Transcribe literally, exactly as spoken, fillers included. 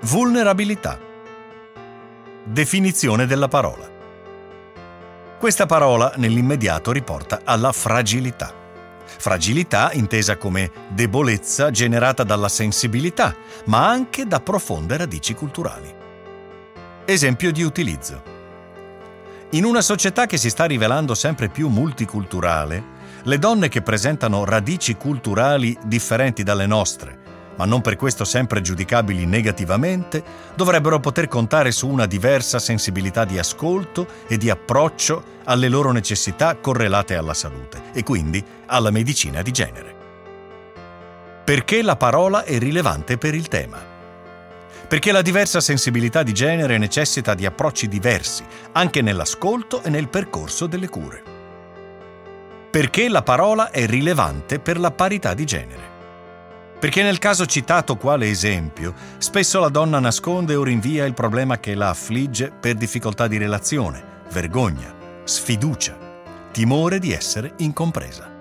Vulnerabilità. Definizione della parola. Questa parola nell'immediato riporta alla fragilità. Fragilità intesa come debolezza generata dalla sensibilità, ma anche da profonde radici culturali. Esempio di utilizzo. In una società che si sta rivelando sempre più multiculturale, le donne che presentano radici culturali differenti dalle nostre, ma non per questo sempre giudicabili negativamente, dovrebbero poter contare su una diversa sensibilità di ascolto e di approccio alle loro necessità correlate alla salute e quindi alla medicina di genere. Perché la parola è rilevante per il tema? Perché la diversa sensibilità di genere necessita di approcci diversi, anche nell'ascolto e nel percorso delle cure. Perché la parola è rilevante per la parità di genere. Perché nel caso citato quale esempio, spesso la donna nasconde o rinvia il problema che la affligge per difficoltà di relazione, vergogna, sfiducia, timore di essere incompresa.